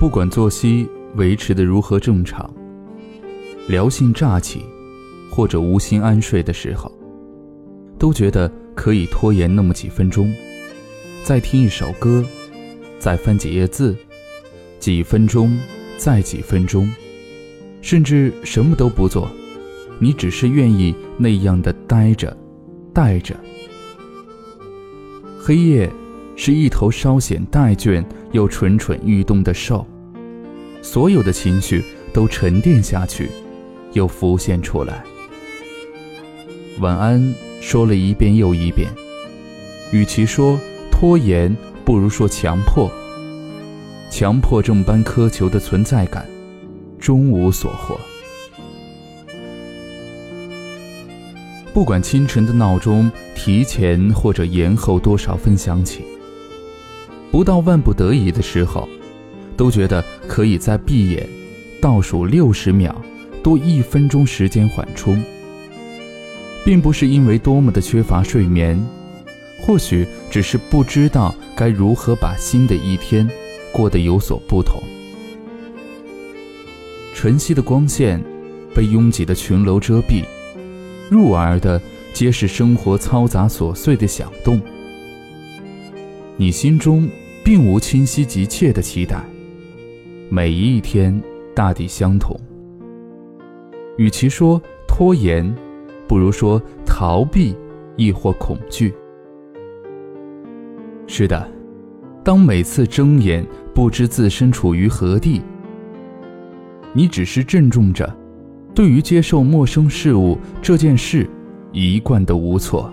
不管作息维持得如何正常，聊性乍起或者无心安睡的时候，都觉得可以拖延那么几分钟，再听一首歌，再翻几页字，几分钟再几分钟，甚至什么都不做，你只是愿意那样的待着待着。黑夜是一头稍显怠倦又蠢蠢欲动的兽，所有的情绪都沉淀下去，又浮现出来。晚安说了一遍又一遍，与其说拖延，不如说强迫。强迫症般苛求的存在感，终无所获。不管清晨的闹钟提前或者延后多少分响起，不到万不得已的时候，都觉得可以在闭眼倒数60秒，多1分钟时间缓冲。并不是因为多么的缺乏睡眠，或许只是不知道该如何把新的一天过得有所不同。晨曦的光线被拥挤的群楼遮蔽，入耳的皆是生活嘈杂琐碎的响动。你心中并无清晰急切的期待，每一天大抵相同。与其说拖延，不如说逃避亦或恐惧。是的，当每次睁眼不知自身处于何地，你只是郑重着对于接受陌生事物这件事一贯的无措。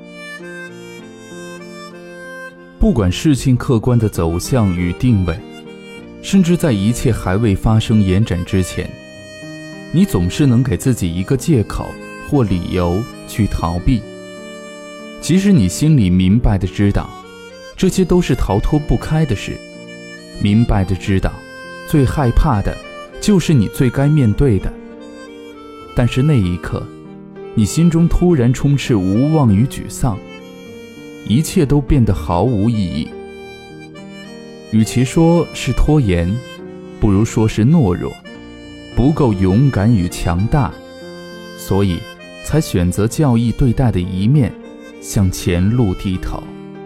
不管事情客观的走向与定位，甚至在一切还未发生延展之前，你总是能给自己一个借口或理由去逃避，即使你心里明白的知道这些都是逃脱不开的事，明白的知道最害怕的就是你最该面对的，但是那一刻你心中突然充斥无望与沮丧，一切都变得毫无意义。与其说是拖延，不如说是懦弱，不够勇敢与强大，所以才选择较易对待的一面，向前路低头。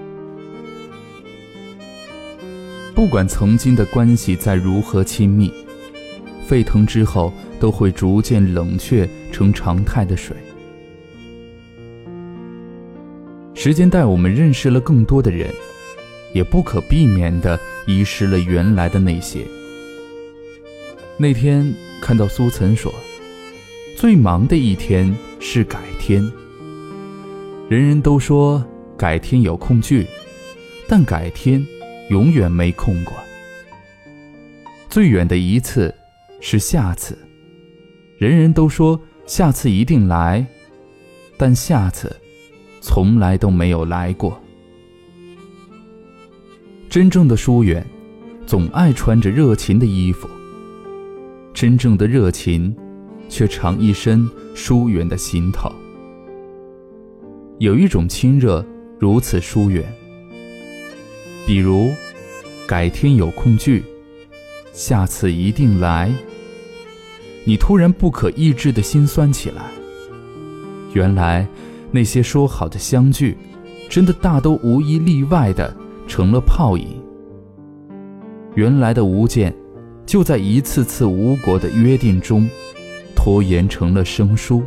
不管曾经的关系再如何亲密，沸腾之后都会逐渐冷却成常态的水。时间带我们认识了更多的人，也不可避免地遗失了原来的那些。那天看到苏岑说，最忙的一天是改天。人人都说改天有空聚，但改天永远没空过。最远的一次是下次，人人都说下次一定来，但下次从来都没有来过。真正的疏远总爱穿着热情的衣服，真正的热情却常一身疏远的行头。有一种亲热如此疏远，比如改天有空聚，下次一定来，你突然不可抑制地心酸起来。原来那些说好的相聚，真的大都无一例外地成了泡影。原来的无间，就在一次次无果的约定中拖延成了生疏。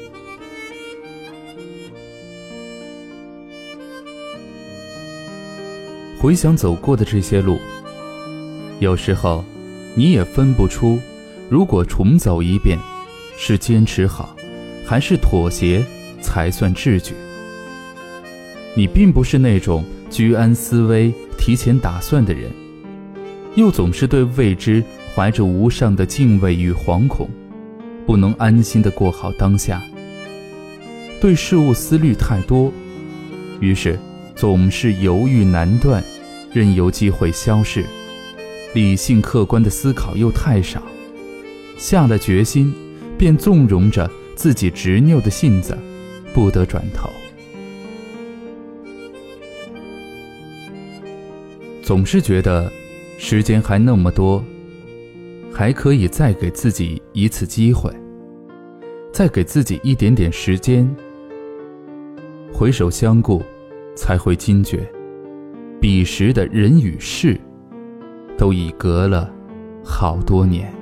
回想走过的这些路，有时候你也分不出，如果重走一遍，是坚持好，还是妥协才算智举。你并不是那种居安思危、提前打算的人，又总是对未知怀着无上的敬畏与惶恐，不能安心地过好当下。对事物思虑太多，于是总是犹豫难断，任由机会消逝。理性客观的思考又太少，下了决心便纵容着自己执拗的性子，不得转头。总是觉得时间还那么多， 还可以再给自己一次机会，再给自己一点点时间。回首相顾，才会惊觉，彼时的人与事，都已隔了好多年。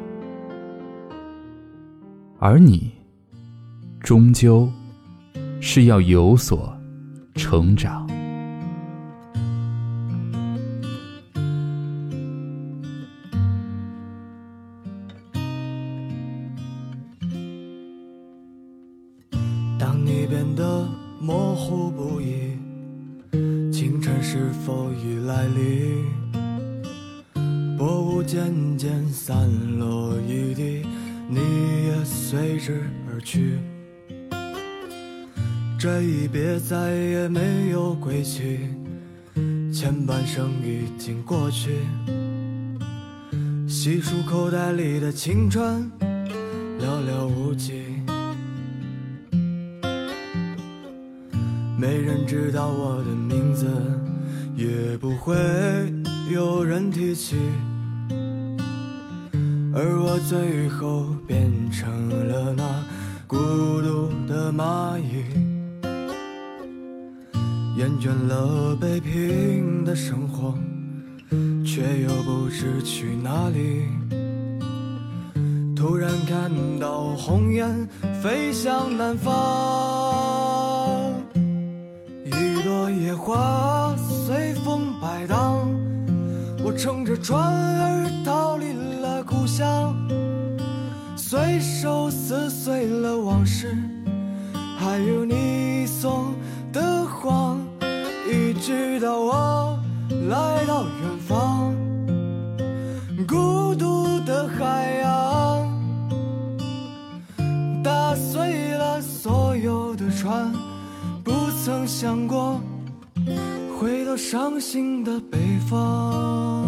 而你，终究是要有所成长。 当你变得模糊不已，清晨是否已来临？薄雾渐渐散落一地，你也随之而去。这一别再也没有归期，前半生已经过去。细数口袋里的青春，寥寥无几。没人知道我的名字，也不会有人提起，而我最后变成了那孤独的蚂蚁，厌倦了北平的生活，却又不知去哪里。突然看到红雁飞向南方，一朵野花随风摆荡，我乘着船儿逃离了故乡，随手撕碎了往事，还有你送的谎，一直到我来到远方，孤独的海洋打碎了所有的船，不曾想过回到伤心的北方。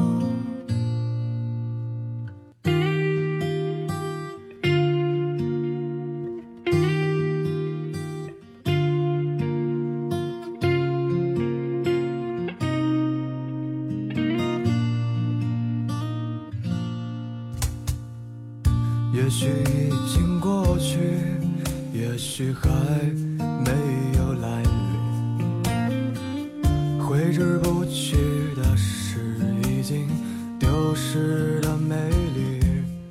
也许已经过去，也许还没有来临，挥之不去的是已经丢失的美丽。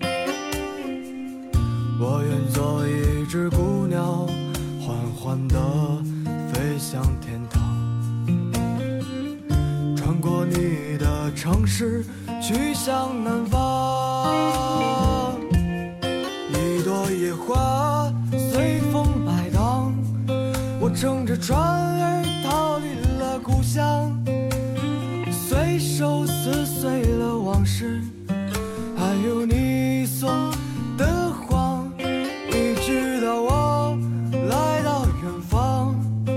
我愿做一只孤鸟，缓缓地飞向天堂，穿过你的城市，去向南方。一朵野花随风摆荡，我乘着船儿逃离了故乡，随手撕碎了往事，还有你送的谎，一直到我来到远方，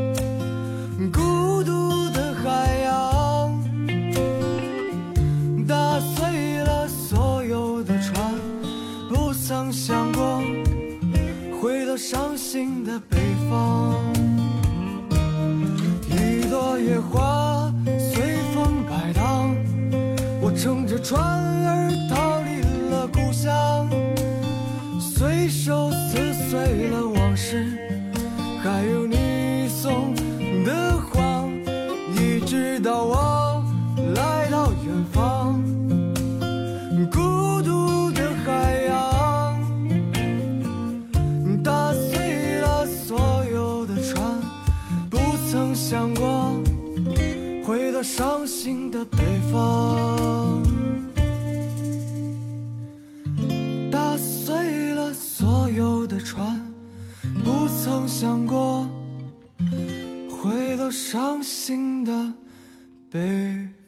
孤独的海洋打碎了所有的船，不曾想过回到伤心的北方。一朵野花随风摆荡，我乘着船儿逃离了故乡，随手撕碎了往事，还有你送的谎，一直到我来到远方，孤独的海洋打碎了所有的船，不曾想过回到伤心的北方，打碎了所有的船，不曾想过回到伤心的北